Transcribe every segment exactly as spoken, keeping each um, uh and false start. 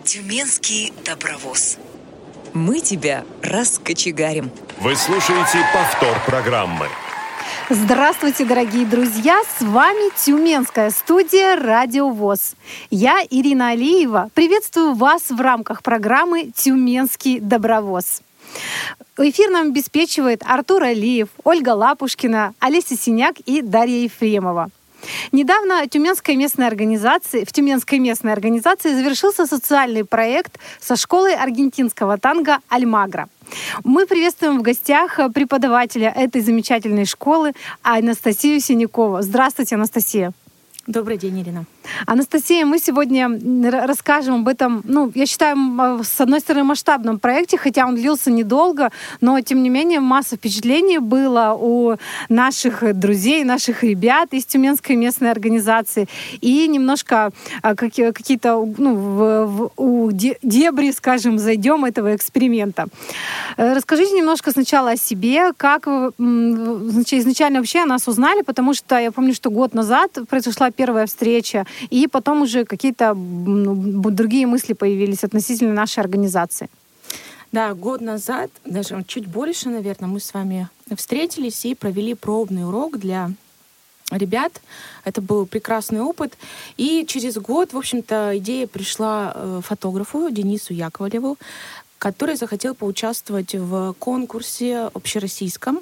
Тюменский добровоз. Мы тебя раскочегарим. Вы слушаете повтор программы. Здравствуйте, дорогие друзья! С вами Тюменская студия «Радио ВОС». Я, Ирина Алиева, приветствую вас в рамках программы «Тюменский добровоз». Эфир нам обеспечивает Артур Алиев, Ольга Лапушкина, Олеся Синяк и Дарья Ефремова. Недавно Тюменской местной организации, в Тюменской местной организации завершился социальный проект со школой аргентинского танго «Альмагро». Мы приветствуем в гостях преподавателя этой замечательной школы Анастасию Синякову. Здравствуйте, Анастасия. Добрый день, Ирина. Анастасия, мы сегодня расскажем об этом, ну, я считаю, с одной стороны, масштабном проекте, хотя он длился недолго, но, тем не менее, масса впечатлений было у наших друзей, наших ребят из Тюменской местной организации. И немножко какие-то, ну, в, в, у дебри, скажем, зайдем этого эксперимента. Расскажите немножко сначала о себе, как значит, изначально вообще о нас узнали, потому что я помню, что год назад произошла первая встреча, и потом уже какие-то ну, другие мысли появились относительно нашей организации. Да, год назад, даже чуть больше, наверное, мы с вами встретились и провели пробный урок для ребят. Это был прекрасный опыт. И через год, в общем-то, идея пришла фотографу Денису Яковлеву, который захотел поучаствовать в конкурсе общероссийском.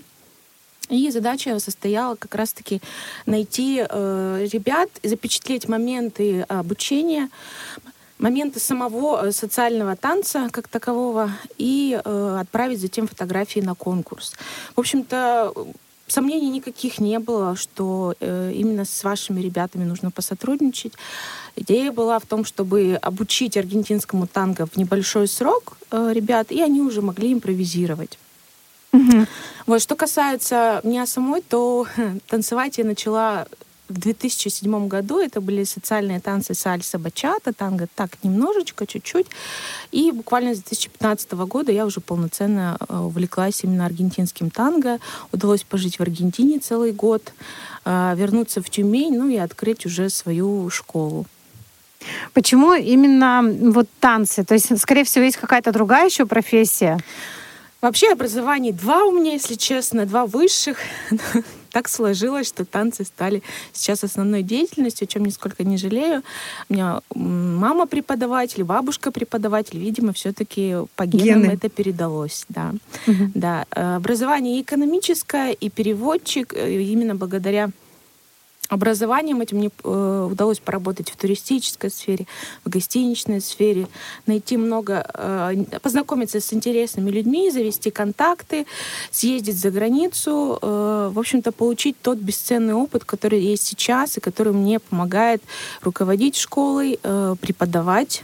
И задача состояла как раз-таки найти э, ребят, запечатлеть моменты обучения, моменты самого социального танца как такового и э, отправить затем фотографии на конкурс. В общем-то, сомнений никаких не было, что э, именно с вашими ребятами нужно посотрудничать. Идея была в том, чтобы обучить аргентинскому танго в небольшой срок э, ребят, и они уже могли импровизировать. Mm-hmm. Вот, что касается меня самой, то танцевать я начала в две тысячи седьмом году. Это были социальные танцы сальса, бачата, танго так немножечко, чуть-чуть. И буквально с две тысячи пятнадцатого года я уже полноценно увлеклась именно аргентинским танго. Удалось пожить в Аргентине целый год, вернуться в Тюмень, ну и открыть уже свою школу. Почему именно вот танцы? То есть, скорее всего, есть какая-то другая еще профессия? Вообще образований два у меня, если честно, два высших. Так сложилось, что танцы стали сейчас основной деятельностью, о чем нисколько не жалею. У меня мама преподаватель, бабушка преподаватель. Видимо, все-таки по генам Гены. Это передалось. Да. Угу. Да. Образование и экономическое, и переводчик. Именно благодаря образованием этим мне э, удалось поработать в туристической сфере, в гостиничной сфере, найти много, э, познакомиться с интересными людьми, завести контакты, съездить за границу, э, в общем-то, получить тот бесценный опыт, который есть сейчас и который мне помогает руководить школой, э, преподавать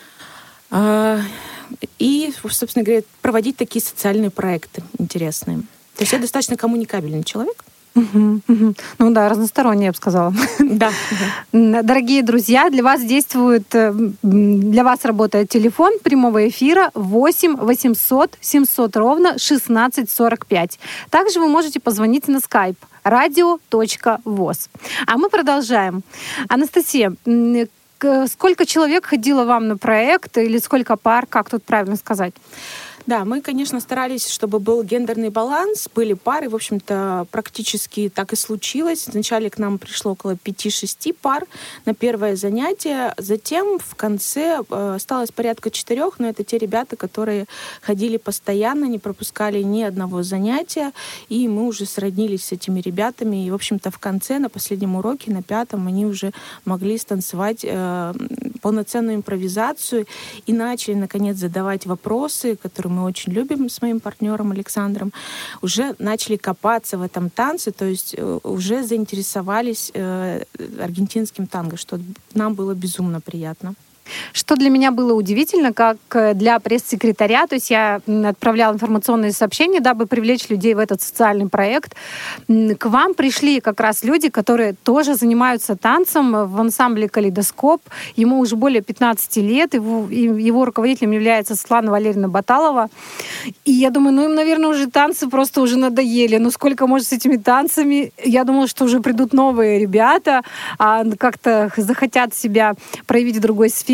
э, и, собственно говоря, проводить такие социальные проекты интересные. То есть я достаточно коммуникабельный человек. Угу, угу. Ну да, разносторонне, я бы сказала. Да. Дорогие друзья, для вас действует, для вас работает телефон прямого эфира восемь восемьсот семьсот ровно шестнадцать сорок пять. Также вы можете позвонить на скайп радио точка воз. А мы продолжаем. Анастасия, сколько человек ходило вам на проект или сколько пар, как тут правильно сказать? Да, мы, конечно, старались, чтобы был гендерный баланс, были пары, в общем-то, практически так и случилось. Вначале к нам пришло около пяти-шести пар на первое занятие, затем в конце осталось порядка четырех, но это те ребята, которые ходили постоянно, не пропускали ни одного занятия, и мы уже сроднились с этими ребятами, и, в общем-то, в конце, на последнем уроке, на пятом, они уже могли станцевать э, полноценную импровизацию и начали, наконец, задавать вопросы, которые мы очень любим с моим партнером Александром, уже начали копаться в этом танце, то есть уже заинтересовались э, аргентинским танго, что нам было безумно приятно. Что для меня было удивительно, как для пресс-секретаря, то есть я отправляла информационные сообщения, дабы привлечь людей в этот социальный проект. К вам пришли как раз люди, которые тоже занимаются танцем в ансамбле «Калейдоскоп». Ему уже более пятнадцати лет, его, его руководителем является Светлана Валерьевна Баталова. И я думаю, ну им, наверное, уже танцы просто уже надоели. Ну сколько может с этими танцами? Я думала, что уже придут новые ребята, а как-то захотят себя проявить в другой сфере.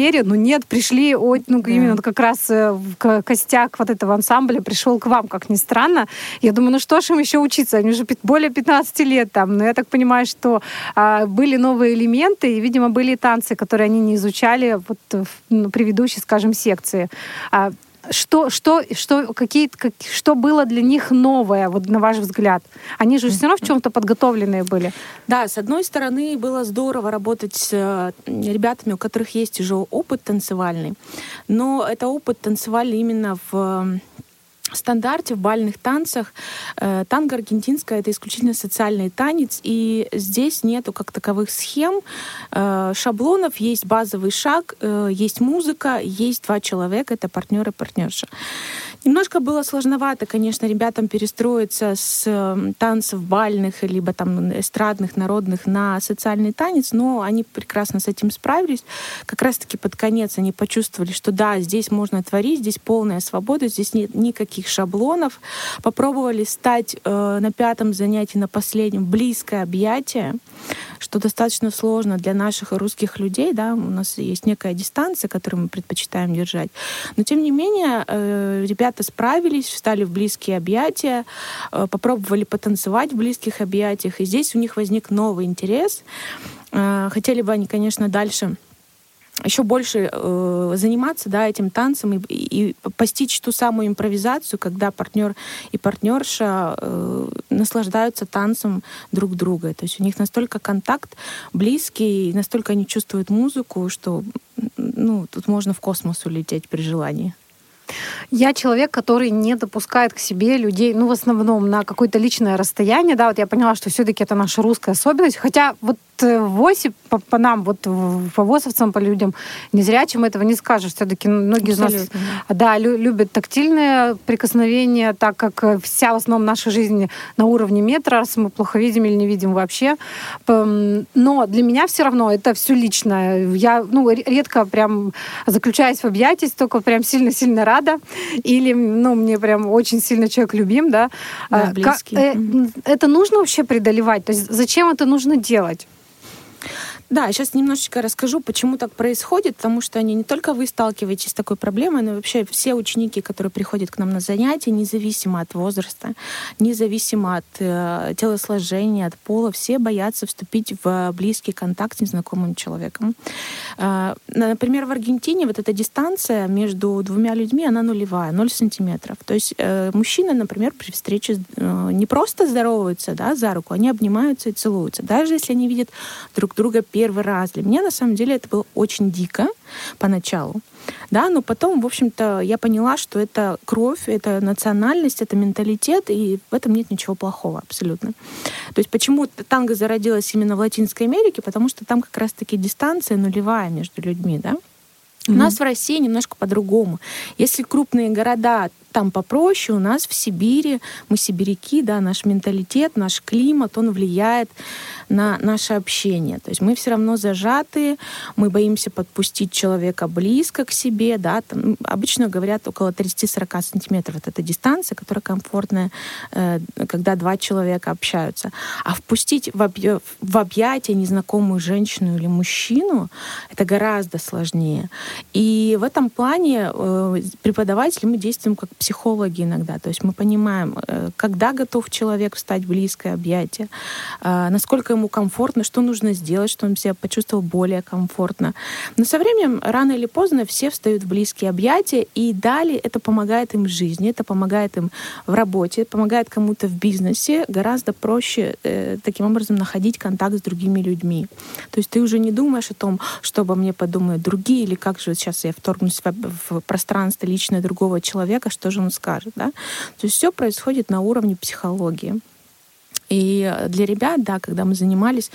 карьере, но нет, пришли, ну, да. именно как раз в костяк вот этого ансамбля пришел к вам, как ни странно. Я думаю, ну что ж им еще учиться? Они уже более пятнадцати лет там. Но я так понимаю, что а, были новые элементы, и, видимо, были танцы, которые они не изучали вот в ну, предыдущей, скажем, секции. А, Что, что, что, какие, как, что было для них новое, вот на ваш взгляд? Они же все равно в чем-то подготовленные были. Да, с одной стороны, было здорово работать с ребятами, у которых есть уже опыт танцевальный, но это опыт танцевальный именно в стандарте, в бальных танцах. Танго аргентинское — это исключительно социальный танец, и здесь нету как таковых схем, шаблонов, есть базовый шаг, есть музыка, есть два человека, это партнер и партнерша. Немножко было сложновато, конечно, ребятам перестроиться с танцев бальных, либо там эстрадных, народных на социальный танец, но они прекрасно с этим справились. Как раз-таки под конец они почувствовали, что да, здесь можно творить, здесь полная свобода, здесь нет никаких шаблонов. Попробовали стать э, на пятом занятии, на последнем, близкое объятие, что достаточно сложно для наших русских людей. Да? У нас есть некая дистанция, которую мы предпочитаем держать. Но, тем не менее, э, ребята справились, встали в близкие объятия, э, попробовали потанцевать в близких объятиях. И здесь у них возник новый интерес. Э, хотели бы они, конечно, дальше еще больше э, заниматься, да, этим танцем и, и постичь ту самую импровизацию, когда партнер и партнерша э, наслаждаются танцем друг друга. То есть у них настолько контакт близкий, настолько они чувствуют музыку, что ну, тут можно в космос улететь при желании. Я человек, который не допускает к себе людей, ну, в основном на какое-то личное расстояние, да, вот я поняла, что все-таки это наша русская особенность, хотя вот в ОСИ по, по нам, вот по ВОСовцам, по людям незрячим этого не скажешь. Все-таки многие Абсолютно. из нас да, лю- любят тактильные прикосновения, так как вся в основном наша жизнь на уровне метра, раз мы плохо видим или не видим вообще. Но для меня все равно это все личное. Я ну, редко прям заключаюсь в объятиях, только прям сильно-сильно рада. Или ну, мне прям очень сильно человек любим. Да? Да, близкий. Как, это нужно вообще преодолевать? То есть зачем это нужно делать? Да, сейчас немножечко расскажу, почему так происходит, потому что не, не только вы сталкиваетесь с такой проблемой, но вообще все ученики, которые приходят к нам на занятия, независимо от возраста, независимо от э, телосложения, от пола, все боятся вступить в близкий контакт с незнакомым человеком. Э, например, в Аргентине вот эта дистанция между двумя людьми, она нулевая, ноль сантиметров. То есть э, мужчины, например, при встрече э, не просто здороваются, да, за руку, они обнимаются и целуются, даже если они видят друг друга первый раз. Для меня, на самом деле, это было очень дико поначалу. Да, но потом, в общем-то, я поняла, что это кровь, это национальность, это менталитет, и в этом нет ничего плохого абсолютно. То есть почему танго зародилось именно в Латинской Америке? Потому что там как раз-таки дистанция нулевая между людьми, да? Mm-hmm. У нас в России немножко по-другому. Если крупные города там попроще, у нас в Сибири, мы сибиряки, да, наш менталитет, наш климат, он влияет на наше общение. То есть мы все равно зажатые, мы боимся подпустить человека близко к себе, да, там, обычно говорят около тридцать-сорок сантиметров. Вот эта дистанция, которая комфортная, э, когда два человека общаются. А впустить в, объ... в объятия незнакомую женщину или мужчину, это гораздо сложнее. И в этом плане э, преподаватели мы действуем как психологи иногда. То есть мы понимаем, когда готов человек встать в близкое объятие, насколько ему комфортно, что нужно сделать, чтобы он себя почувствовал более комфортно. Но со временем, рано или поздно, все встают в близкие объятия, и далее это помогает им в жизни, это помогает им в работе, помогает кому-то в бизнесе. Гораздо проще э, таким образом находить контакт с другими людьми. То есть ты уже не думаешь о том, что обо мне подумают другие, или как же сейчас я вторгнусь в, в пространство личное другого человека, что же он скажет, да? То есть все происходит на уровне психологии. И для ребят, да, когда мы занимались,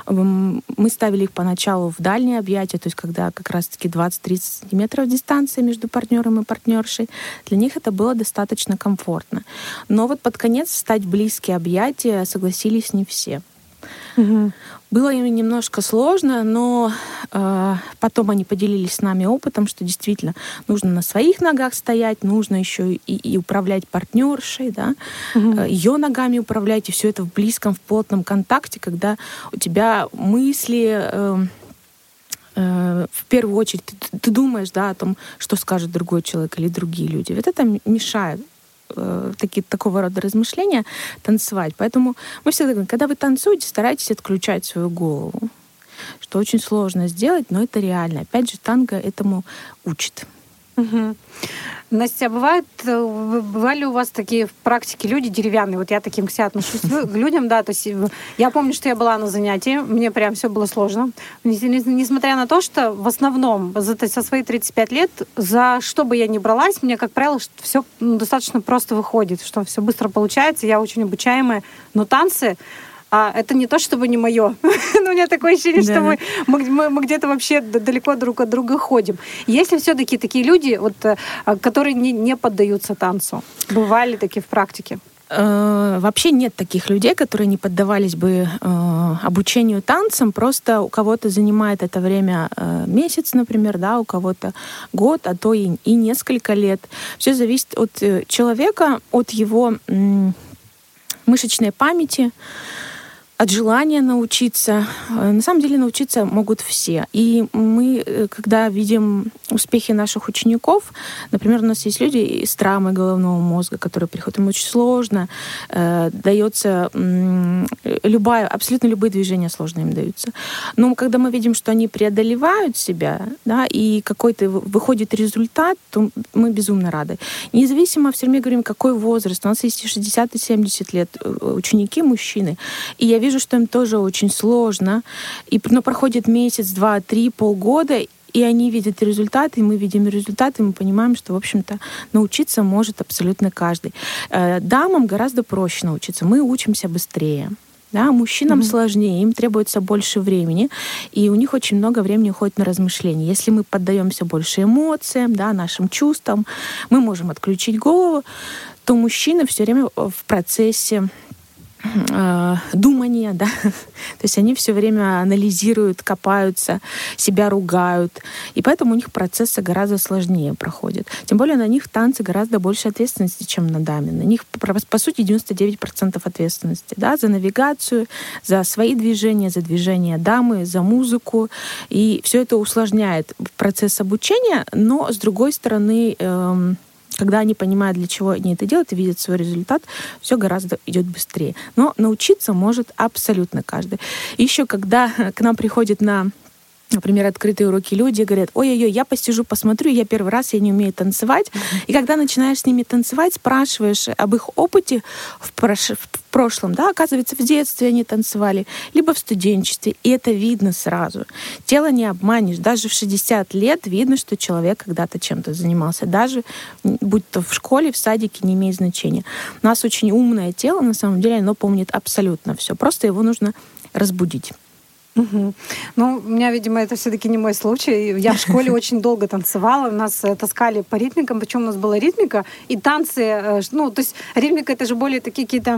мы ставили их поначалу в дальние объятия, то есть когда как раз-таки двадцать-тридцать сантиметров дистанция между партнером и партнершей, для них это было достаточно комфортно. Но вот под конец встать в близкие объятия согласились не все. Угу. Было им немножко сложно, но э, потом они поделились с нами опытом, что действительно нужно на своих ногах стоять, нужно еще и, и управлять партнершей, да, угу. э, ее ногами управлять, и все это в близком, в плотном контакте, когда у тебя мысли... Э, в первую очередь ты, ты думаешь, да, о том, что скажет другой человек или другие люди. Вот это мешает э, такие, такого рода размышления танцевать. Поэтому мы всегда говорим, когда вы танцуете, старайтесь отключать свою голову, что очень сложно сделать, но это реально. Опять же, танго этому учит. Угу. Настя, а бывает, бывали у вас такие в практике люди деревянные? Вот я таким к себе отношусь к людям, да, то есть я помню, что я была на занятии, мне прям все было сложно. Несмотря на то, что в основном за, со свои тридцать пять лет, за что бы я ни бралась, мне, как правило, все достаточно просто выходит, что все быстро получается, я очень обучаемая, но танцы... А это не то, чтобы не мое. Но у меня такое ощущение, да. что мы, мы, мы где-то вообще далеко друг от друга ходим. Есть ли все-таки такие люди, вот, которые не, не поддаются танцу? Бывали такие в практике? Вообще нет таких людей, которые не поддавались бы э, обучению танцам. Просто у кого-то занимает это время э, месяц, например, да, у кого-то год, а то и, и несколько лет. Все зависит от человека, от его э, мышечной памяти, от желания научиться. На самом деле научиться могут все. И мы, когда видим успехи наших учеников, например, у нас есть люди с травмой головного мозга, которые приходят, им очень сложно, э, дается э, любая, абсолютно любые движения сложно им даются. Но когда мы видим, что они преодолевают себя, да, и какой-то выходит результат, то мы безумно рады. Независимо, все время говорим, какой возраст. У нас есть и шестьдесят, и семьдесят лет ученики, мужчины. И я вижу, что им тоже очень сложно. И, но проходит месяц, два, три, полгода, и они видят результаты, и мы видим результаты, и мы понимаем, что, в общем-то, научиться может абсолютно каждый. Дамам гораздо проще научиться. Мы учимся быстрее. Да, мужчинам mm-hmm. сложнее, им требуется больше времени, и у них очень много времени уходит на размышления. Если мы поддаемся больше эмоциям, да, нашим чувствам, мы можем отключить голову, то мужчины все время в процессе думания, да, то есть они все время анализируют, копаются, себя ругают, и поэтому у них процессы гораздо сложнее проходят. Тем более на них танцы гораздо больше ответственности, чем на даме. На них, по сути, девяносто девять процентов ответственности, да, за навигацию, за свои движения, за движения дамы, за музыку, и все это усложняет процесс обучения, но, с другой стороны, эм, когда они понимают, для чего они это делают, и видят свой результат, все гораздо идет быстрее. Но научиться может абсолютно каждый. И еще когда к нам приходят на, например, открытые уроки люди, говорят: ой-ой-ой, я посижу, посмотрю, я первый раз, я не умею танцевать. Mm-hmm. И когда начинаешь с ними танцевать, спрашиваешь об их опыте в, прош... в прошлом, да, оказывается, в детстве они танцевали, либо в студенчестве, и это видно сразу. Тело не обманешь. Даже в шестьдесят лет видно, что человек когда-то чем-то занимался. Даже будь то в школе, в садике, не имеет значения. У нас очень умное тело, на самом деле, оно помнит абсолютно все. Просто его нужно разбудить. Угу. Ну, у меня, видимо, это все-таки не мой случай. Я в школе очень долго танцевала. Нас таскали по ритмикам, причем у нас была ритмика и танцы. Ну, то есть ритмика — это же более такие какие-то,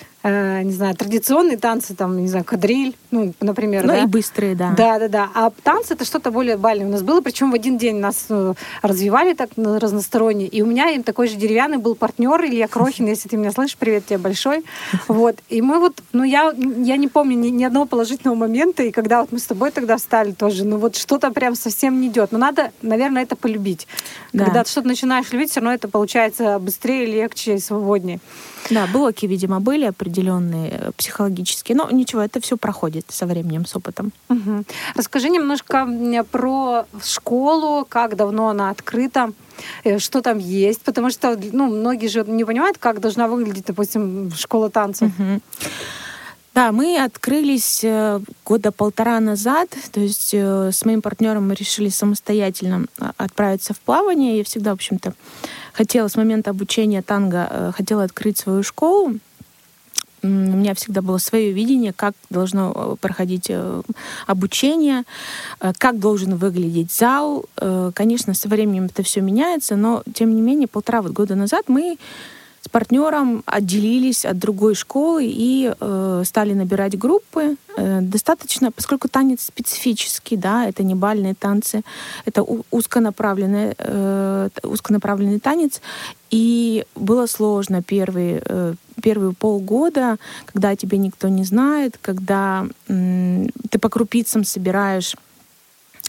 э, не знаю, традиционные танцы, там, не знаю, кадриль, ну, например. Ну, да? И быстрые, да. Да, да, да. А танцы — это что-то более бальное у нас было. Причем в один день нас развивали так разносторонне. И у меня такой же деревянный был партнер Илья Крохин, если ты меня слышишь, привет тебе большой. Вот. И мы вот, ну, я, я не помню ни, ни одного положительного момента. И когда вот мы с тобой тогда встали тоже, ну, вот что-то прям совсем не идет. Но надо, наверное, это полюбить. Да. Когда ты что-то начинаешь любить, все равно это получается быстрее, легче и свободнее. Да, блоки, видимо, были определенные психологические, но ничего, это все проходит со временем, с опытом. Угу. Расскажи немножко про школу, как давно она открыта, что там есть, потому что, ну, многие же не понимают, как должна выглядеть, допустим, школа танцев. Угу. Да, мы открылись года полтора назад, то есть с моим партнером мы решили самостоятельно отправиться в плавание. Я всегда, в общем-то, хотела с момента обучения танго, хотела открыть свою школу. У меня всегда было свое видение, как должно проходить обучение, как должен выглядеть зал. Конечно, со временем это все меняется, но, тем не менее, полтора вот года назад мы с партнером отделились от другой школы и э, стали набирать группы. Э, достаточно, поскольку танец специфический, да, это не бальные танцы, это узконаправленный, э, узконаправленный танец. И было сложно первые, э, первые полгода, когда тебя никто не знает, когда э, ты по крупицам собираешь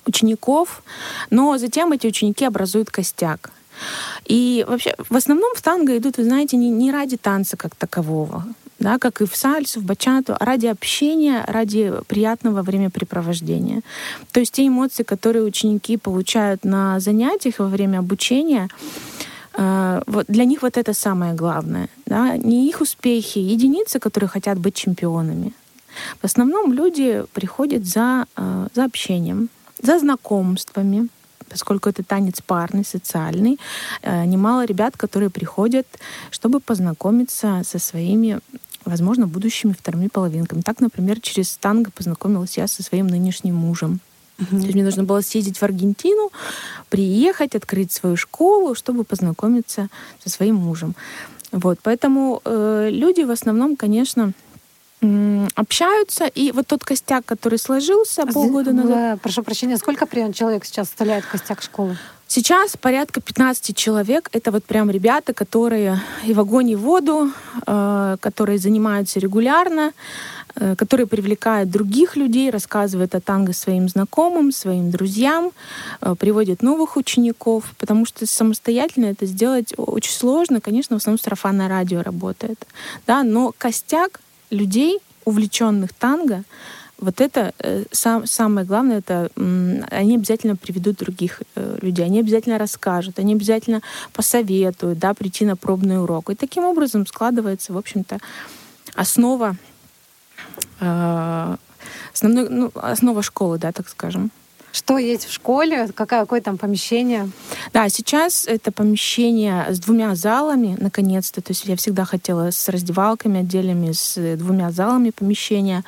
учеников, но затем эти ученики образуют костяк. И вообще в основном в танго идут, вы знаете, не, не ради танца как такового, да, как и в сальсу, в бачату, а ради общения, ради приятного времяпрепровождения. То есть те эмоции, которые ученики получают на занятиях во время обучения, э, вот для них вот это самое главное. Да? Не их успехи, единицы, которые хотят быть чемпионами. В основном люди приходят за, э, за общением, за знакомствами, поскольку это танец парный, социальный. Э, немало ребят, которые приходят, чтобы познакомиться со своими, возможно, будущими вторыми половинками. Так, например, через танго познакомилась я со своим нынешним мужем. Mm-hmm. То есть мне нужно было съездить в Аргентину, приехать, открыть свою школу, чтобы познакомиться со своим мужем. Вот. Поэтому э, люди в основном, конечно, общаются, и вот тот костяк, который сложился полгода назад... Прошу прощения, сколько человек сейчас составляет костяк школы? Сейчас порядка пятнадцать человек. Это вот прям ребята, которые и в огонь, и в воду, э, которые занимаются регулярно, э, которые привлекают других людей, рассказывают о танго своим знакомым, своим друзьям, э, приводят новых учеников, потому что самостоятельно это сделать очень сложно. Конечно, в основном сарафанное радио работает. Да, но костяк людей, увлеченных танго, вот это э, сам, самое главное, это м, они обязательно приведут других э, людей, они обязательно расскажут, они обязательно посоветуют, да, прийти на пробный урок. И таким образом складывается, в общем-то, основа, э, основной, ну, основа школы, да, так скажем. Что есть в школе? Какое, какое там помещение? Да, сейчас это помещение с двумя залами, наконец-то. То есть я всегда хотела с раздевалками отдельными, с двумя залами помещения.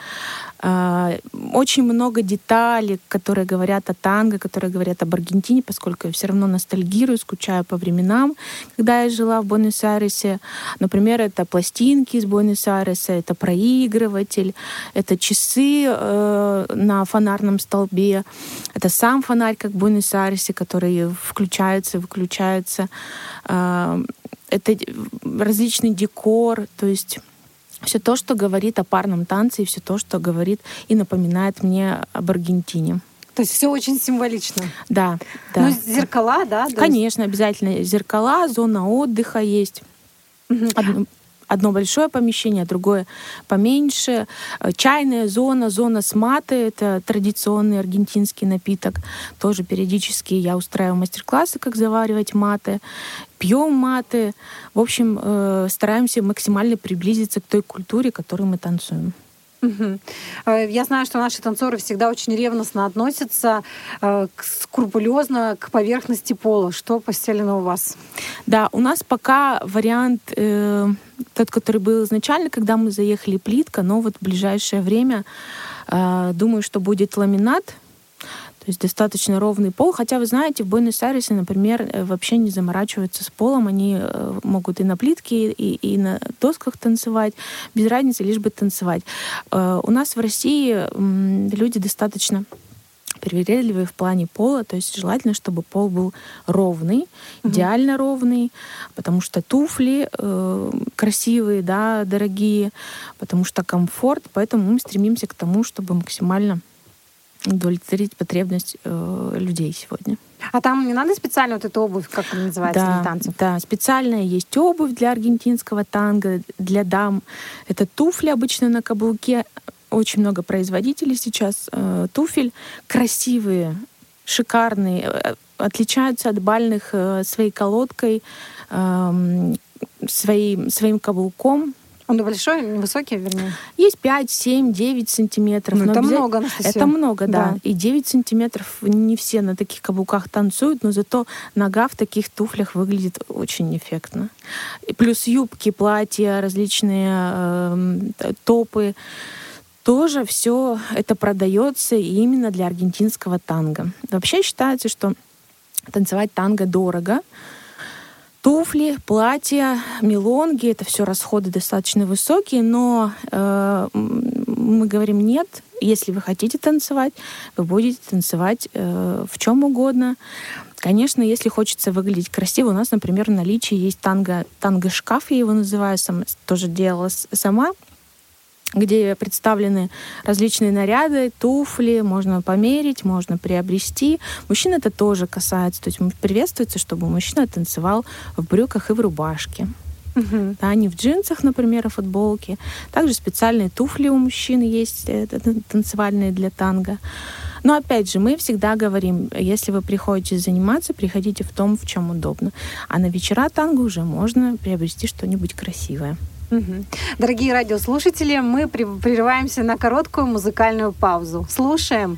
Очень много деталей, которые говорят о танго, которые говорят об Аргентине, поскольку я все равно ностальгирую, скучаю по временам, когда я жила в Буэнос-Айресе. Например, это пластинки из Буэнос-Айреса, это проигрыватель, это часы э, на фонарном столбе, это сам фонарь, как в Буэнос-Айресе, который включается и выключается. Э, это различный декор, то есть все то, что говорит о парном танце, и все то, что говорит и напоминает мне об Аргентине. То есть все очень символично. Да, да. Ну, зеркала, да? Конечно, обязательно зеркала, зона отдыха есть. Угу. Одно, одно большое помещение, другое поменьше. Чайная зона, зона с маты — это традиционный аргентинский напиток. Тоже периодически я устраиваю мастер-классы, как заваривать маты. Пьем маты. В общем, э, стараемся максимально приблизиться к той культуре, к которой мы танцуем. Угу. Я знаю, что наши танцоры всегда очень ревностно относятся, э, скрупулезно к поверхности пола. Что постелено у вас? Да, у нас пока вариант э, тот, который был изначально, когда мы заехали, плитка, но вот в ближайшее время э, думаю, что будет ламинат. То есть достаточно ровный пол. Хотя, вы знаете, в Буэнос-Айресе, например, вообще не заморачиваются с полом. Они могут и на плитке, и, и на досках танцевать. Без разницы, лишь бы танцевать. У нас в России люди достаточно привередливые в плане пола. То есть желательно, чтобы пол был ровный, mm-hmm. идеально ровный, потому что туфли э, красивые, да, дорогие, потому что комфорт. Поэтому мы стремимся к тому, чтобы максимально удовлетворить потребность э, людей сегодня. А там не надо специально вот эту обувь, как она называется, да, для танцев? Да, специальная есть обувь для аргентинского танго, для дам. Это туфли обычно на каблуке. Очень много производителей сейчас э, туфель. Красивые, шикарные, э, отличаются от бальных э, своей колодкой, э, своей, своим каблуком. Он большой, невысокий, вернее? Есть пять, семь, девять сантиметров. Ну, это обязательно... много, Анастасия. Это много, да. да. И девять сантиметров не все на таких каблуках танцуют, но зато нога в таких туфлях выглядит очень эффектно. И плюс юбки, платья, различные э, топы. Тоже все это продается именно для аргентинского танго. Вообще считается, что танцевать танго дорого. Туфли, платья, мелонги — это все расходы достаточно высокие, но э, мы говорим нет. Если вы хотите танцевать, вы будете танцевать э, в чем угодно. Конечно, если хочется выглядеть красиво, у нас, например, в наличии есть танго, танго-шкаф, я его называю, сама, тоже делала сама. где представлены различные наряды, туфли, можно померить, можно приобрести. Мужчин это тоже касается, то есть приветствуется, чтобы мужчина танцевал в брюках и в рубашке. Uh-huh. Да, не в джинсах, например, а в футболке. Также специальные туфли у мужчин есть, танцевальные для танго. Но опять же, мы всегда говорим, если вы приходите заниматься, приходите в том, в чем удобно. А на вечера танго уже можно приобрести что-нибудь красивое. Угу. Дорогие радиослушатели, мы прерываемся на короткую музыкальную паузу. Слушаем.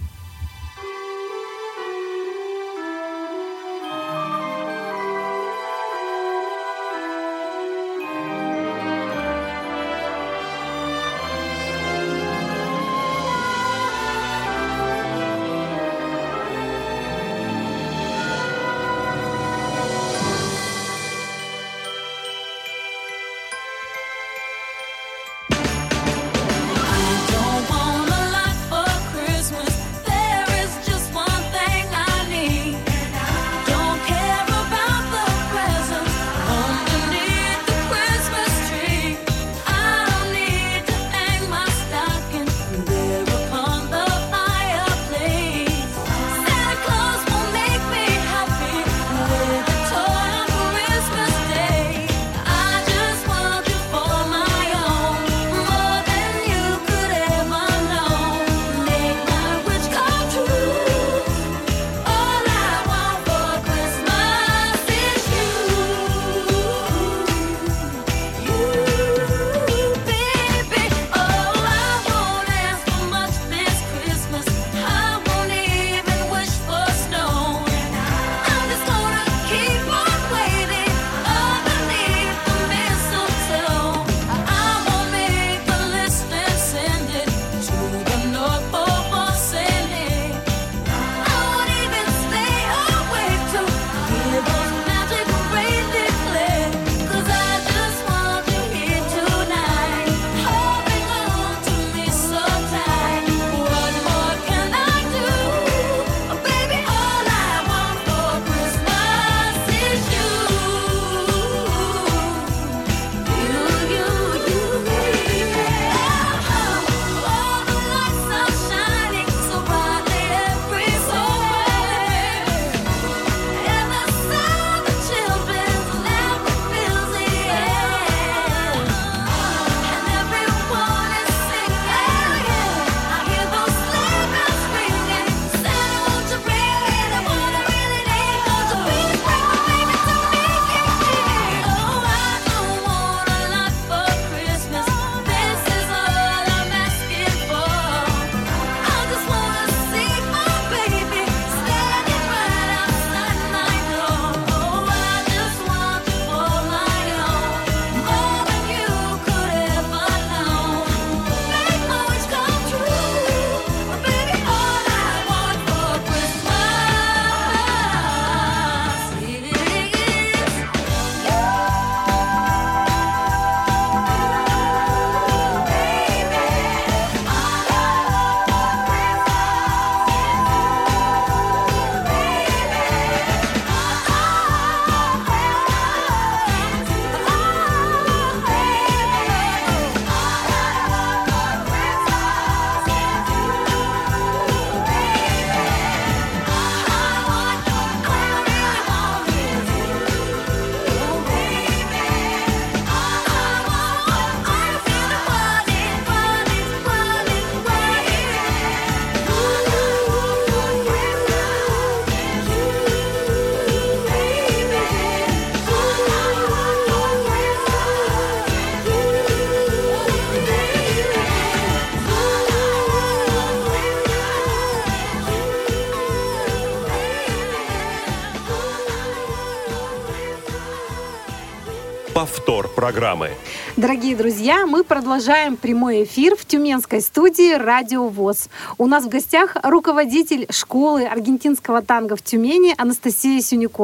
Повтор программы. Дорогие друзья, мы продолжаем прямой эфир в тюменской студии «Радио ВОС». У нас в гостях руководитель школы аргентинского танго в Тюмени Анастасия Сюнякова.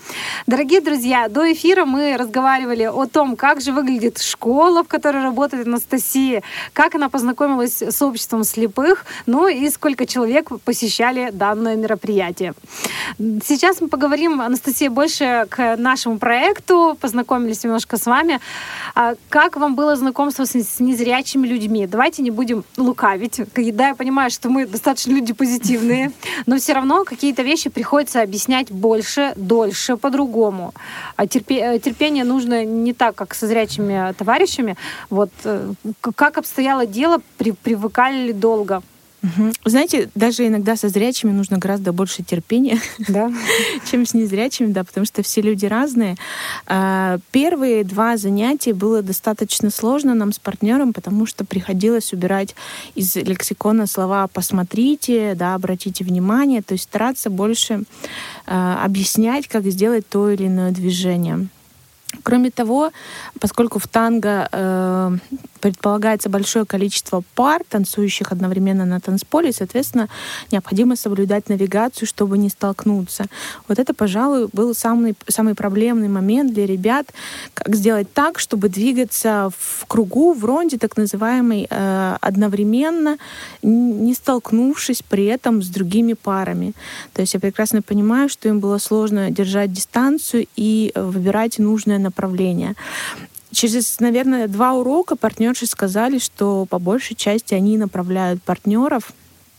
Дорогие друзья, до эфира мы разговаривали о том, как же выглядит школа, в которой работает Анастасия, как она познакомилась с обществом слепых, ну и сколько человек посещали данное мероприятие. Сейчас мы поговорим, Анастасия, больше к нашему проекту, познакомились немножко с вами. Как вам было знакомство с, с незрячими людьми? Давайте не будем лукавить. Да, я понимаю, что мы достаточно люди позитивные, но все равно какие-то вещи приходится объяснять больше, дольше, по-другому. А терпе- терпение нужно не так, как со зрячими товарищами. Вот как обстояло дело, при- привыкали ли долго? Угу. Знаете, даже иногда со зрячими нужно гораздо больше терпения, да? чем с незрячими, да, потому что все люди разные. Первые два занятия было достаточно сложно нам с партнером, потому что приходилось убирать из лексикона слова «посмотрите», да, «обратите внимание», то есть стараться больше объяснять, как сделать то или иное движение. Кроме того, поскольку в танго э, предполагается большое количество пар, танцующих одновременно на танцполе, соответственно, необходимо соблюдать навигацию, чтобы не столкнуться. Вот это, пожалуй, был самый, самый проблемный момент для ребят, как сделать так, чтобы двигаться в кругу, в ронде, так называемой, э, одновременно, не столкнувшись при этом с другими парами. То есть я прекрасно понимаю, что им было сложно держать дистанцию и выбирать нужное направление. Через, наверное, два урока партнерши сказали, что по большей части они направляют партнеров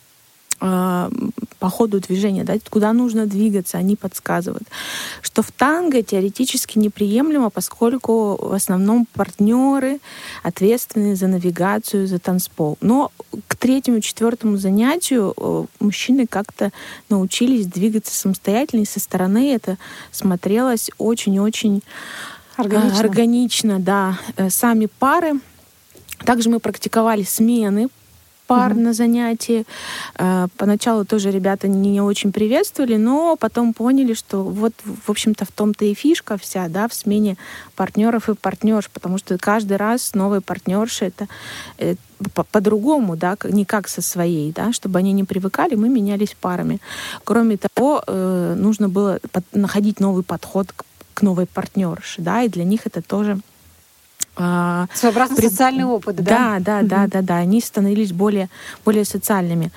э, по ходу движения, да, куда нужно двигаться, они подсказывают. Что в танго теоретически неприемлемо, поскольку в основном партнеры ответственны за навигацию, за танцпол. Но к третьему, четвертому занятию э, мужчины как-то научились двигаться самостоятельно, и со стороны это смотрелось очень-очень Органично. Органично, да. Сами пары. Также мы практиковали смены пар mm-hmm. на занятии. Поначалу тоже ребята не очень приветствовали, но потом поняли, что вот, в общем-то, в том-то и фишка вся, да, в смене партнеров и партнерш, потому что каждый раз новые партнерши это по-другому, да, не как со своей, да, чтобы они не привыкали, мы менялись парами. Кроме того, нужно было находить новый подход к к новой партнерше, да, и для них это тоже э, своеобразный при... социальный опыт, да? Да, да, mm-hmm. да, да, да, они становились более, более социальными.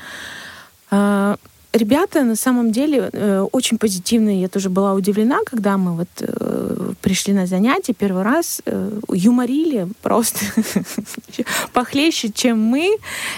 Э, ребята на самом деле э, очень позитивные. Я тоже была удивлена, когда мы вот э, пришли на занятия первый раз, э, юморили просто похлеще, чем мы,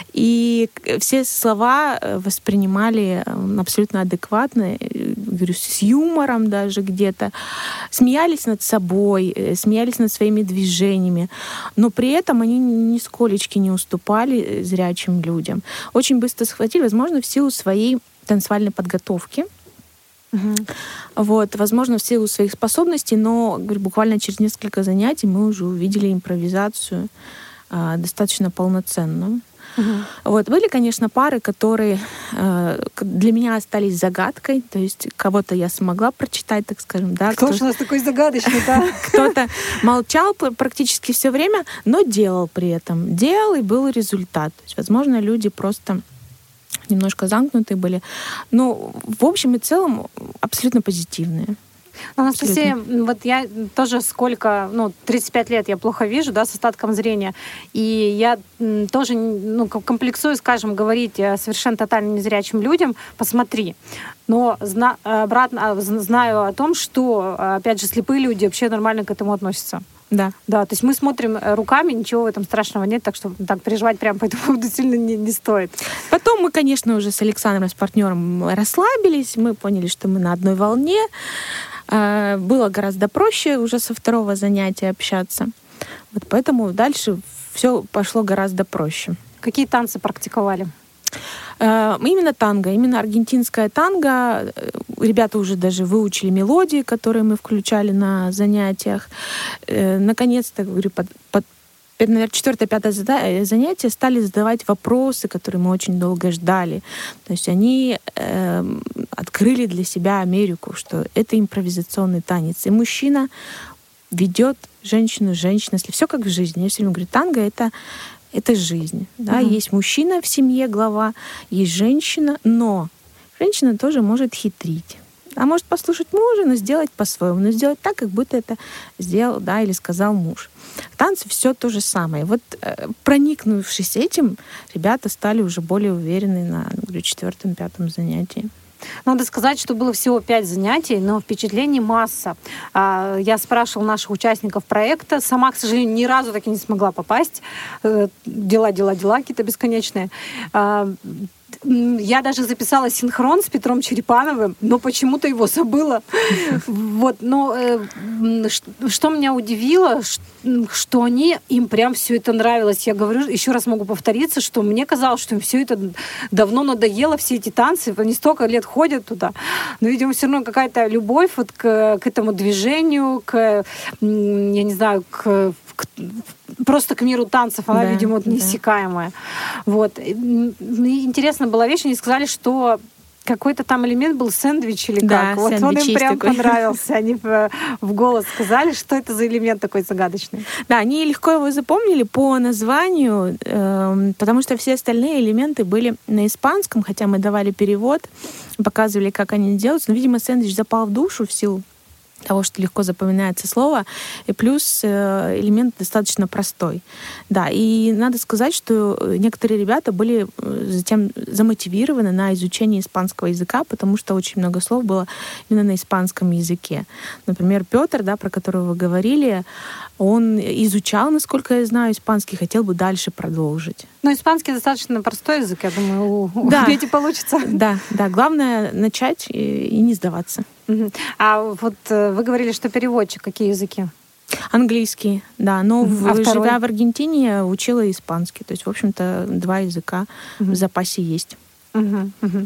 и все слова воспринимали абсолютно адекватно, говорю, с юмором даже где-то, смеялись над собой, смеялись над своими движениями, но при этом они нисколечки не уступали зрячим людям. Очень быстро схватили, возможно, в силу своей танцевальной подготовки. Угу. Вот, возможно, в силу своих способностей, но говорю, буквально через несколько занятий мы уже увидели импровизацию а, достаточно полноценную. Uh-huh. Вот. Были, конечно, пары, которые э, для меня остались загадкой, то есть кого-то я смогла прочитать, так скажем. Да, кто, кто же у нас такой загадочный, да? Кто-то молчал практически все время, но делал при этом. Делал, и был результат. То есть, возможно, люди просто немножко замкнутые были. Но в общем и целом абсолютно позитивные. Анастасия, абсолютно. Вот я тоже сколько, ну, тридцать пять лет я плохо вижу, да, с остатком зрения, и я тоже, ну, комплексую, скажем, говорить совершенно тотально незрячим людям, посмотри. Но зна- обратно знаю о том, что, опять же, слепые люди вообще нормально к этому относятся. Да. Да, то есть мы смотрим руками, ничего в этом страшного нет, так что так переживать прямо по этому поводу сильно не, не стоит. Потом мы, конечно, уже с Александром, с партнером расслабились, мы поняли, что мы на одной волне. Было гораздо проще уже со второго занятия общаться. Вот поэтому дальше все пошло гораздо проще. Какие танцы практиковали? Именно танго, именно аргентинское танго. Ребята уже даже выучили мелодии, которые мы включали на занятиях. Наконец-то, говорю, под, под наверное, четвертое-пятое занятие стали задавать вопросы, которые мы очень долго ждали. То есть они э, открыли для себя Америку, что это импровизационный танец. И мужчина ведет женщину, женщина, если все как в жизни. Я все время говорю, танго — это это жизнь. Да? Mm-hmm. Есть мужчина в семье, глава, есть женщина, но женщина тоже может хитрить. А может послушать мужа, но сделать по-своему, но сделать так, как будто это сделал, да, или сказал муж. В танце все то же самое. Вот э, проникнувшись этим, ребята стали уже более уверены на, говорю, четвертом-пятом занятии. Надо сказать, что было всего пять занятий, но впечатлений масса. Я спрашивала наших участников проекта. Сама, к сожалению, ни разу так и не смогла попасть. Дела, дела, дела какие-то бесконечные. Я даже записала синхрон с Петром Черепановым, но почему-то его забыла. Вот, но э, что меня удивило, что они, им прям все это нравилось. Я говорю, еще раз могу повториться, что мне казалось, что им все это давно надоело, все эти танцы, они столько лет ходят туда. Но, видимо, все равно какая-то любовь вот к, к этому движению, к, я не знаю, к, к просто к миру танцев, она, да, видимо, вот неиссякаемая. Да. Вот. И интересная была вещь, они сказали, что какой-то там элемент был сэндвич или да, как. Вот он им прям такой понравился. Они в голос сказали, что это за элемент такой загадочный. Да, они легко его запомнили по названию, э, потому что все остальные элементы были на испанском, хотя мы давали перевод, показывали, как они делаются. Но, видимо, сэндвич запал в душу в силу того, что легко запоминается слово, и плюс элемент достаточно простой. Да, и надо сказать, что некоторые ребята были затем замотивированы на изучение испанского языка, потому что очень много слов было именно на испанском языке. Например, Петр, да, про которого вы говорили, он изучал, насколько я знаю, испанский, хотел бы дальше продолжить. Но испанский достаточно простой язык, я думаю, у да. Пети получится. Да, да, главное начать и, и не сдаваться. А вот вы говорили, что переводчик, какие языки? Английский, да, но а в, второй? Живя в Аргентине, учила испанский. То есть, в общем-то, два языка угу. в запасе есть. Угу, угу.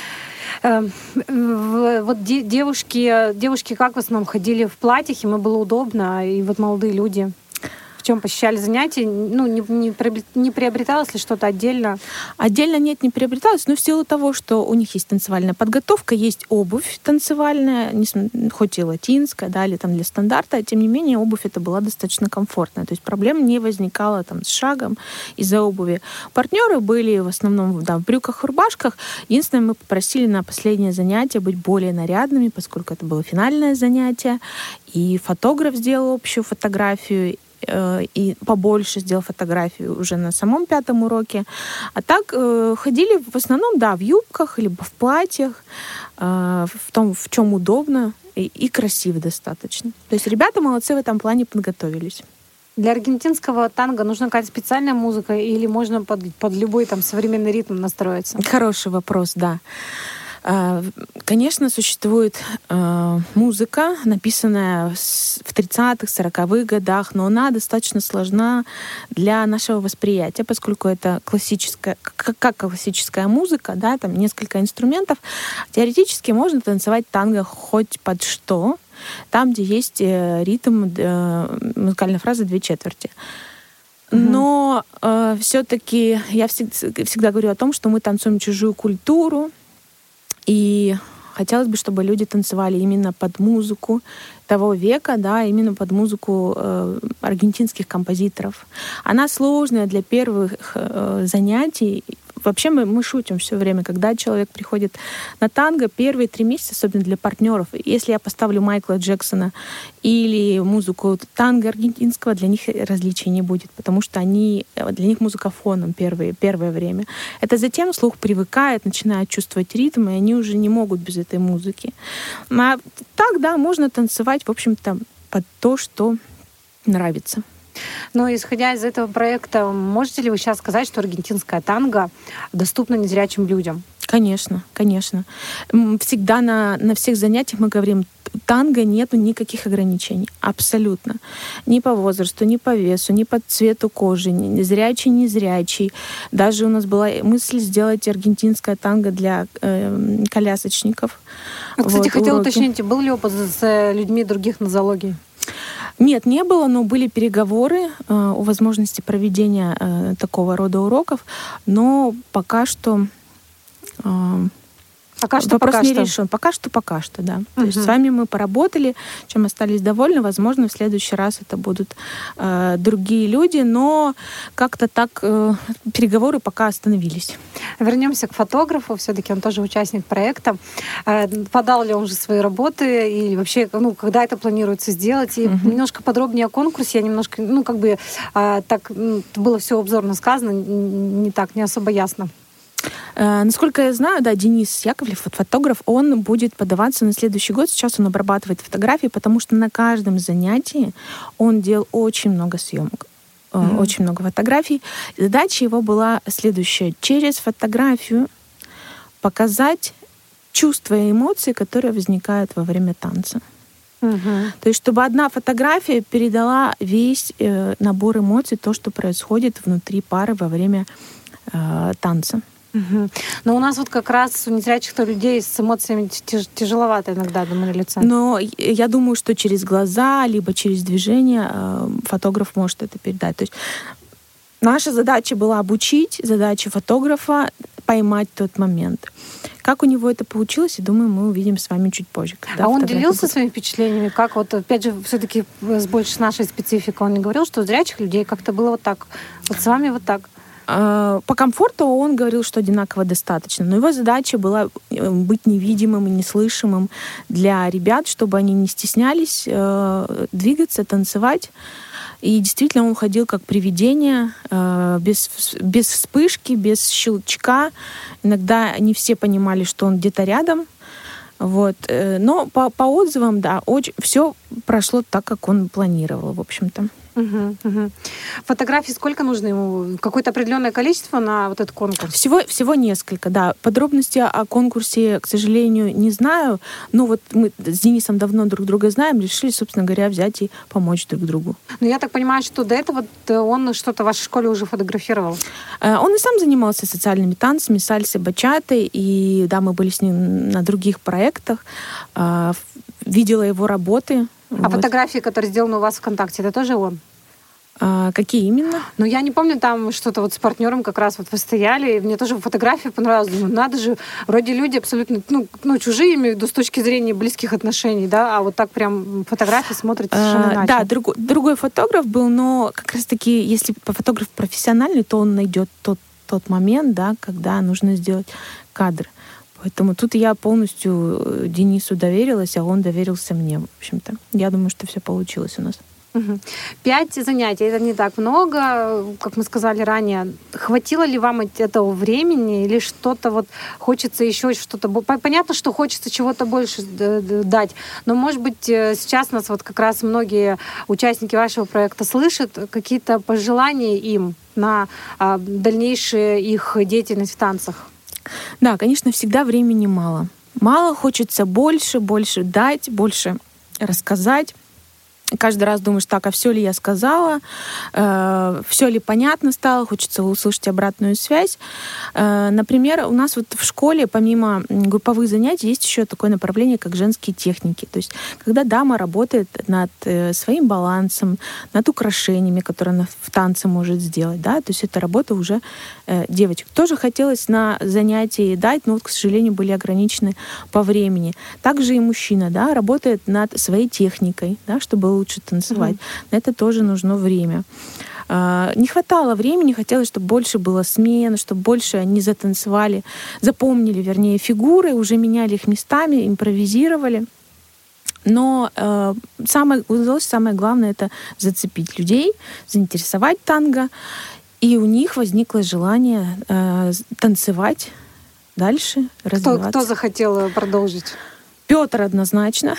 Вот девушки, девушки как в основном ходили в платьях, им было удобно, и вот молодые люди в чем посещали занятия, ну, не, не, не приобреталось ли что-то отдельно? Отдельно нет, не приобреталось, но в силу того, что у них есть танцевальная подготовка, есть обувь танцевальная, хоть и латинская, да, или там для стандарта, тем не менее обувь эта была достаточно комфортная, то есть проблем не возникало там с шагом из-за обуви. Партнеры были в основном, да, в брюках и рубашках. Единственное, мы попросили на последнее занятие быть более нарядными, поскольку это было финальное занятие, и фотограф сделал общую фотографию, и побольше сделал фотографию уже на самом пятом уроке. А так э, ходили в основном, да, в юбках, либо в платьях, э, в том, в чем удобно и, и красиво достаточно. То есть ребята молодцы в этом плане подготовились. Для аргентинского танго нужна какая-то специальная музыка или можно под, под любой там современный ритм настроиться? Хороший вопрос, да. Конечно, существует э, музыка, написанная в тридцатых, сороковых годах, но она достаточно сложна для нашего восприятия, поскольку это классическая, как, как классическая музыка, да, там несколько инструментов. Теоретически можно танцевать танго хоть под что, там, где есть ритм, э, музыкальная фраза «две четверти». Но э, все-таки я всегда, всегда говорю о том, что мы танцуем чужую культуру, и хотелось бы, чтобы люди танцевали именно под музыку того века, да, именно под музыку э, аргентинских композиторов. Она сложная для первых э, занятий. Вообще мы, мы шутим все время, когда человек приходит на танго, первые три месяца, особенно для партнеров, если я поставлю Майкла Джексона или музыку танго аргентинского, для них различий не будет, потому что они, для них музыка фоном первые, первое время. Это затем слух привыкает, начинает чувствовать ритм, и они уже не могут без этой музыки. А так, да, можно танцевать, в общем-то, под то, что нравится. Но исходя из этого проекта, можете ли вы сейчас сказать, что аргентинская танго доступна незрячим людям? Конечно, конечно. Всегда на, на всех занятиях мы говорим, танго нету никаких ограничений. Абсолютно. Ни по возрасту, ни по весу, ни по цвету кожи, ни зрячий, ни зрячий. Даже у нас была мысль сделать аргентинское танго для э, колясочников. Вот, кстати, вот, хотела уроки. уточнить, был ли опыт с людьми других нозологий? Нет, не было, но были переговоры э, о возможности проведения э, такого рода уроков, но пока что... Э, Пока что, вопрос пока не что. решен. Пока что, пока что, да. Угу. То есть с вами мы поработали, чем остались довольны. Возможно, в следующий раз это будут э, другие люди, но как-то так э, переговоры пока остановились. Вернемся к фотографу. Все-таки он тоже участник проекта. Э, подал ли он уже свои работы? Или вообще, ну, когда это планируется сделать? И угу. немножко подробнее о конкурсе. Я немножко, ну, как бы э, так ну, было все обзорно сказано, не так, не особо ясно. Насколько я знаю, да, Денис Яковлев, фотограф, он будет подаваться на следующий год. Сейчас он обрабатывает фотографии, потому что на каждом занятии он делал очень много съемок, mm-hmm. очень много фотографий. Задача его была следующая: через фотографию показать чувства и эмоции, которые возникают во время танца. Mm-hmm. То есть чтобы одна фотография передала весь э, набор эмоций, то, что происходит внутри пары во время э, танца. Угу. Но у нас вот как раз у незрячих-то людей с эмоциями тяж- тяжеловато иногда, думаю, на лице. Но я думаю, что через глаза, либо через движение э, фотограф может это передать. То есть наша задача была обучить, задача фотографа поймать тот момент. Как у него это получилось, я думаю, мы увидим с вами чуть позже. А он делился будет. своими впечатлениями? Как вот, опять же, все-таки с больше нашей спецификой, он не говорил, что у зрячих людей как-то было вот так, вот с вами вот так? По комфорту он говорил, что одинаково достаточно. Но его задача была быть невидимым и неслышимым для ребят, чтобы они не стеснялись двигаться, танцевать. И действительно он ходил как привидение, без, без вспышки, без щелчка. Иногда не все понимали, что он где-то рядом. Вот. Но по, по отзывам, да, очень, все прошло так, как он планировал, в общем-то. Угу, угу. Фотографий сколько нужно ему? Какое-то определенное количество на вот этот конкурс? Всего, всего несколько, да. Подробности о конкурсе, к сожалению, не знаю. Но вот мы с Денисом давно друг друга знаем, решили, собственно говоря, взять и помочь друг другу. Но я так понимаю, что до этого он что-то в вашей школе уже фотографировал? Он и сам занимался социальными танцами, сальсой, бачатой. И да, мы были с ним на других проектах. Видела его работы. А вот. Фотографии, которые сделаны у вас ВКонтакте, это тоже он? А, какие именно? Ну, я не помню, там что-то вот с партнером как раз вот вы стояли, и мне тоже фотография понравилась. Думаю, надо же, вроде люди абсолютно, ну, ну чужие, имею в виду, с точки зрения близких отношений, да, а вот так прям фотографии смотрят совершенно иначе. Да, друг, другой фотограф был, но как раз-таки, если фотограф профессиональный, то он найдет тот, тот момент, да, когда нужно сделать кадр. Поэтому тут я полностью Денису доверилась, а он доверился мне, в общем-то. Я думаю, что все получилось у нас. Угу. Пять занятий, это не так много, как мы сказали ранее. Хватило ли вам этого времени или что-то вот хочется еще что-то... Понятно, что хочется чего-то больше дать, но, может быть, сейчас нас вот как раз многие участники вашего проекта слышат, какие-то пожелания им на дальнейшую их деятельность в танцах? Да, конечно, всегда времени мало. Мало, хочется больше, больше дать, больше рассказать. Каждый раз думаешь, так, а все ли я сказала, э, все ли понятно стало, хочется услышать обратную связь. Э, например, у нас вот в школе, помимо групповых занятий, есть еще такое направление, как женские техники. То есть, когда дама работает над э, своим балансом, над украшениями, которые она в танце может сделать, да, то есть это работа уже э, девочек. Тоже хотелось на занятии дать, но вот, к сожалению, были ограничены по времени. Также и мужчина, да, работает над своей техникой, да, чтобы лучше танцевать. Mm-hmm. На это тоже нужно время. Не хватало времени, хотелось, чтобы больше было смен, чтобы больше они затанцевали, запомнили, вернее, фигуры, уже меняли их местами, импровизировали. Но э, самое, удалось самое главное — это зацепить людей, заинтересовать танго. И у них возникло желание э, танцевать дальше, развиваться. Кто, кто захотел продолжить? Петр однозначно.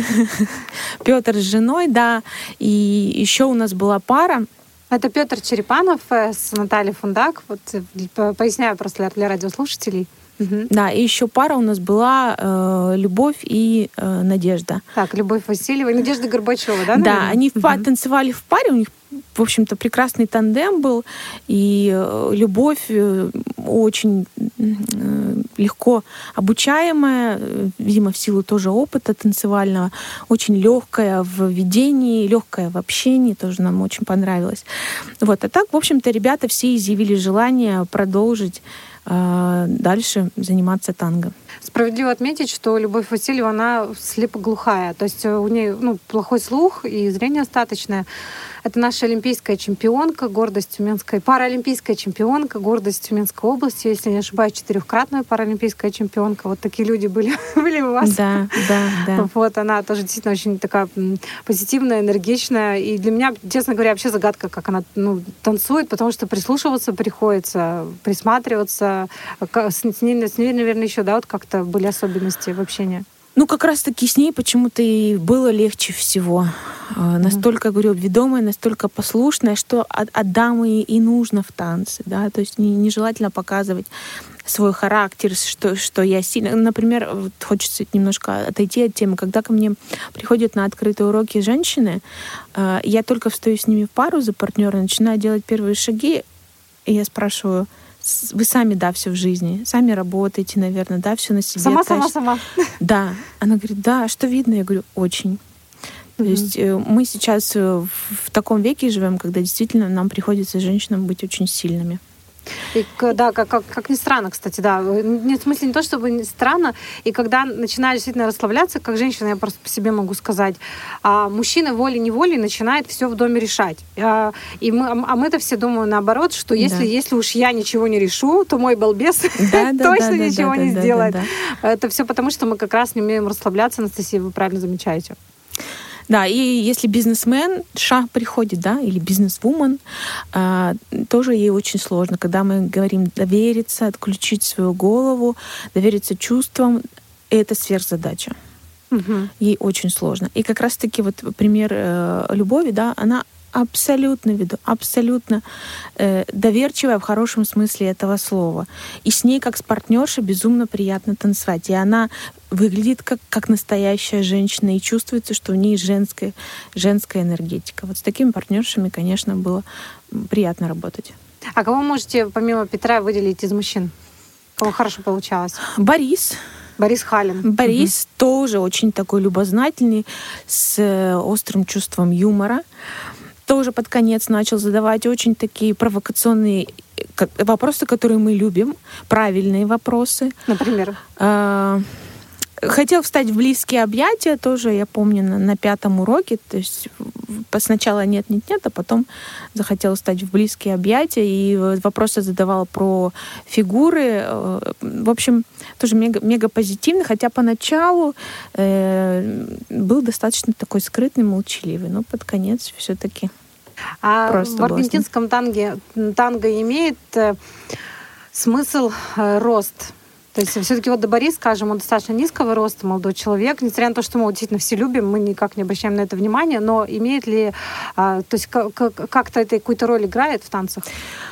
Петр с женой, да. И еще у нас была пара. Это Петр Черепанов с Натальей Фундак. Вот поясняю просто для радиослушателей. Угу. Да, и еще пара у нас была э, Любовь и э, Надежда. Так, Любовь Васильева и Надежда Горбачева, да? Да, наверное? они угу. танцевали в паре, у них, в общем-то, прекрасный тандем был, и э, Любовь э, очень э, легко обучаемая, видимо, в силу тоже опыта танцевального, очень легкая в ведении, легкая в общении, тоже нам очень понравилось. Вот, а так, в общем-то, ребята все изъявили желание продолжить э, дальше заниматься танго. Справедливо отметить, что Любовь Васильева, она слепоглухая. То есть у нее ну, плохой слух и зрение остаточное. Это наша олимпийская чемпионка, гордость Тюменской, паралимпийская чемпионка, гордость Тюменской области, если не ошибаюсь, четырехкратная паралимпийская чемпионка. Вот такие люди были, были у вас. Да, да, да. Вот, она тоже действительно очень такая позитивная, энергичная. И для меня, честно говоря, вообще загадка, как она ну, танцует, потому что прислушиваться приходится, присматриваться. С ней, с ней, наверное, еще, да, вот как-то были особенности в общении. Ну, как раз-таки с ней почему-то и было легче всего. Mm-hmm. Настолько, говорю, ведомая, настолько послушная, что от, от дамы и нужно в танце, да, то есть нежелательно показывать свой характер, что, что я сильно... Например, вот хочется немножко отойти от темы. Когда ко мне приходят на открытые уроки женщины, я только встаю с ними в пару за партнера, начинаю делать первые шаги, и я спрашиваю: вы сами, да, все в жизни, сами работаете, наверное, да, все на себе. Сама, тащите. сама, сама. Да. Она говорит: да, что видно? Я говорю: очень. То mm-hmm. есть мы сейчас в таком веке живем, когда действительно нам приходится женщинам быть очень сильными. И, да, как, как, как ни странно, кстати, да. В смысле, не то, чтобы не странно. И когда начинаешь действительно расслабляться, как женщина, я просто по себе могу сказать, а мужчина волей-неволей начинает все в доме решать. А, и мы, а мы-то все думаем наоборот, что если, да. если уж я ничего не решу, то мой балбес да, да, точно да, ничего да, не да, сделает. Да, да. Это все потому, что мы как раз не умеем расслабляться, Анастасия, вы правильно замечаете. Да, и если бизнесмен ша приходит, да, или бизнесвумен, э, тоже ей очень сложно, когда мы говорим довериться, отключить свою голову, довериться чувствам, это сверхзадача. Угу. Ей очень сложно. И как раз-таки вот пример э, Любови, да, она абсолютно веду, абсолютно э, доверчивая в хорошем смысле этого слова. И с ней, как с партнершей, безумно приятно танцевать. И она выглядит как, как настоящая женщина, и чувствуется, что в ней женская, женская энергетика. Вот с такими партнершами, конечно, было приятно работать. А кого можете, помимо Петра, выделить из мужчин? Кого хорошо получалось? Борис. Борис Халин. Борис угу. тоже очень такой любознательный, с острым чувством юмора. Тоже под конец начал задавать очень такие провокационные вопросы, которые мы любим, правильные вопросы. Например? Хотел встать в близкие объятия, тоже, я помню, на, на пятом уроке. То есть сначала нет-нет-нет, а потом захотел встать в близкие объятия. И вопросы задавал про фигуры. В общем, тоже мега, мега позитивно. Хотя поначалу э, был достаточно такой скрытный, молчаливый. Но под конец все-таки а просто в аргентинском танге, танго имеет э, смысл э, рост? То есть все-таки вот Борис, скажем, он достаточно низкого роста, молодой человек, несмотря на то, что мы действительно все любим, мы никак не обращаем на это внимания, но имеет ли, а, то есть как- как-то это какую-то роль играет в танцах?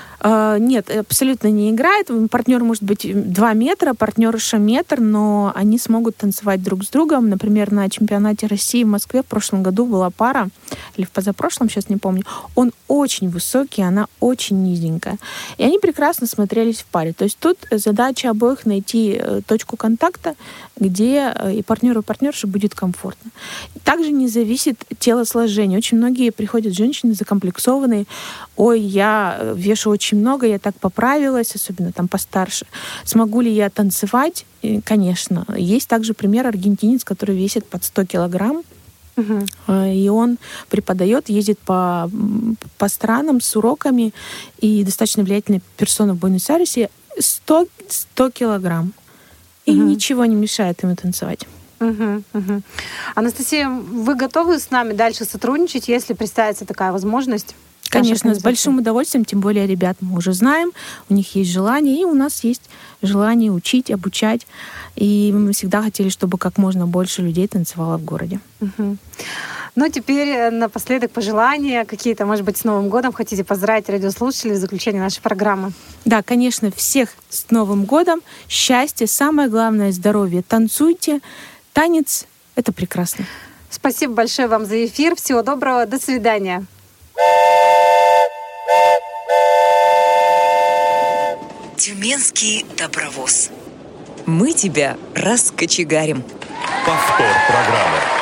Нет, абсолютно не играет. Партнер может быть два метра, партнерша метр, но они смогут танцевать друг с другом. Например, на чемпионате России в Москве в прошлом году была пара, или в позапрошлом, сейчас не помню. Он очень высокий, она очень низенькая. И они прекрасно смотрелись в паре. То есть тут задача обоих найти точку контакта, где и партнеру, и партнерше будет комфортно. Также не зависит телосложение. Очень многие приходят женщины закомплексованные. Ой, я вешу очень много, я так поправилась, особенно там постарше. Смогу ли я танцевать? И, конечно. Есть также пример аргентинец, который весит под сто килограмм. Uh-huh. И он преподает, ездит по, по странам с уроками. И достаточно влиятельная персона в Буэнос-Айресе. сто килограмм. И uh-huh. ничего не мешает ему танцевать. Угу, угу. Анастасия, вы готовы с нами дальше сотрудничать, если представится такая возможность? Конечно, с большим удовольствием, тем более ребят мы уже знаем, у них есть желание, и у нас есть желание учить, обучать. И мы всегда хотели, чтобы как можно больше людей танцевало в городе. Угу. Ну, теперь напоследок пожелания какие-то, может быть, с Новым годом хотите поздравить радиослушателей в заключение нашей программы? Да, конечно, всех с Новым годом, счастья, самое главное — здоровье. Танцуйте, танец — это прекрасно. Спасибо большое вам за эфир, всего доброго, до свидания. Тюменский добровоз. Мы тебя раскочегарим. Повтор программы.